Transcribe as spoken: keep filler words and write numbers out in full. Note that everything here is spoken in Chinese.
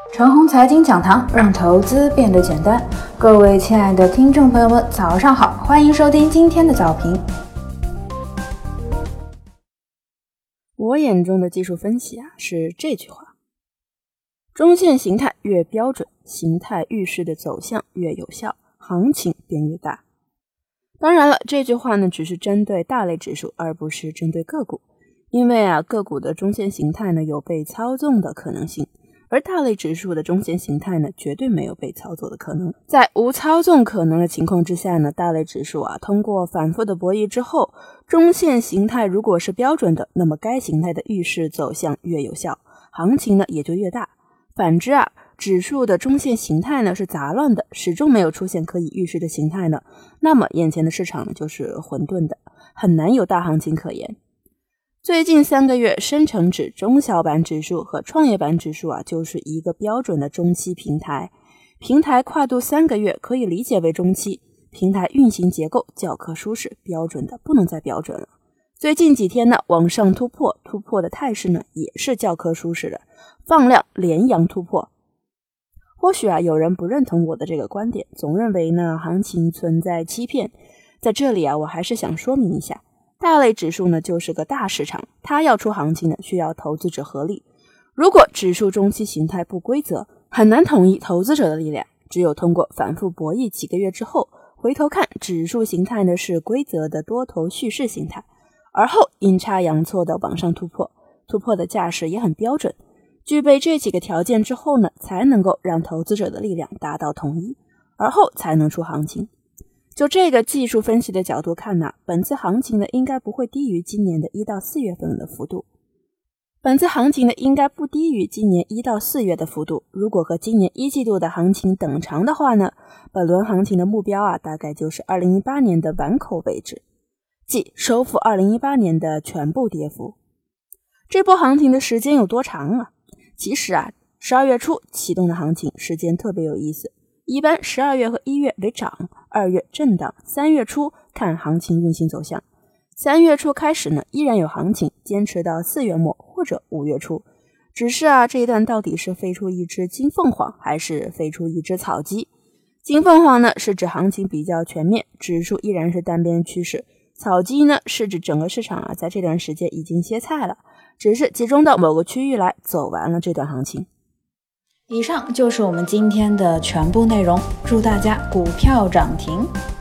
陈红财经讲堂，让投资变得简单。各位亲爱的听众朋友们，早上好，欢迎收听今天的早评。 我眼中的技术分析啊，是这句话：中线形态越标准，形态预示的走向越有效，行情便越大。当然了，这句话呢，只是针对大类指数，而不是针对个股。因为啊，个股的中线形态呢，有被操纵的可能性。而大类指数的中线形态呢，绝对没有被操作的可能。在无操纵可能的情况之下呢，大类指数啊，通过反复的博弈之后，中线形态如果是标准的，那么该形态的预示走向越有效，行情呢也就越大。反之啊，指数的中线形态呢是杂乱的，始终没有出现可以预示的形态呢，那么眼前的市场呢就是混沌的，很难有大行情可言。最近三个月，深成指、中小板指数和创业板指数啊，就是一个标准的中期平台。平台跨度三个月可以理解为中期，平台运行结构教科书式，标准的不能再标准了。最近几天呢，往上突破，突破的态势呢也是教科书式的，放量连阳突破。或许啊，有人不认同我的这个观点，总认为呢行情存在欺骗。在这里啊，我还是想说明一下。大类指数呢就是个大市场，它要出行情呢需要投资者合力。如果指数中期形态不规则，很难统一投资者的力量，只有通过反复博弈几个月之后，回头看指数形态呢是规则的多头蓄势形态，而后阴差阳错的往上突破，突破的架势也很标准，具备这几个条件之后呢，才能够让投资者的力量达到统一，而后才能出行情。就这个技术分析的角度看呢，本次行情呢应该不会低于今年的一到四月份的幅度。本次行情呢应该不低于今年一到四月的幅度。如果和今年一季度的行情等长的话呢，本轮行情的目标啊大概就是二零一八年的碗口位置，即收复二零一八年的全部跌幅。这波行情的时间有多长啊？其实啊，十二月初启动的行情时间特别有意思。一般十二月和一月为涨，二月震荡，三月初看行情运行走向。三月初开始呢，依然有行情，坚持到四月末或者五月初。只是啊，这一段到底是飞出一只金凤凰，还是飞出一只草鸡？金凤凰呢，是指行情比较全面，指数依然是单边趋势；草鸡呢，是指整个市场啊，在这段时间已经歇菜了，只是集中到某个区域来走完了这段行情。 以上就是我们今天的全部内容，祝大家股票涨停。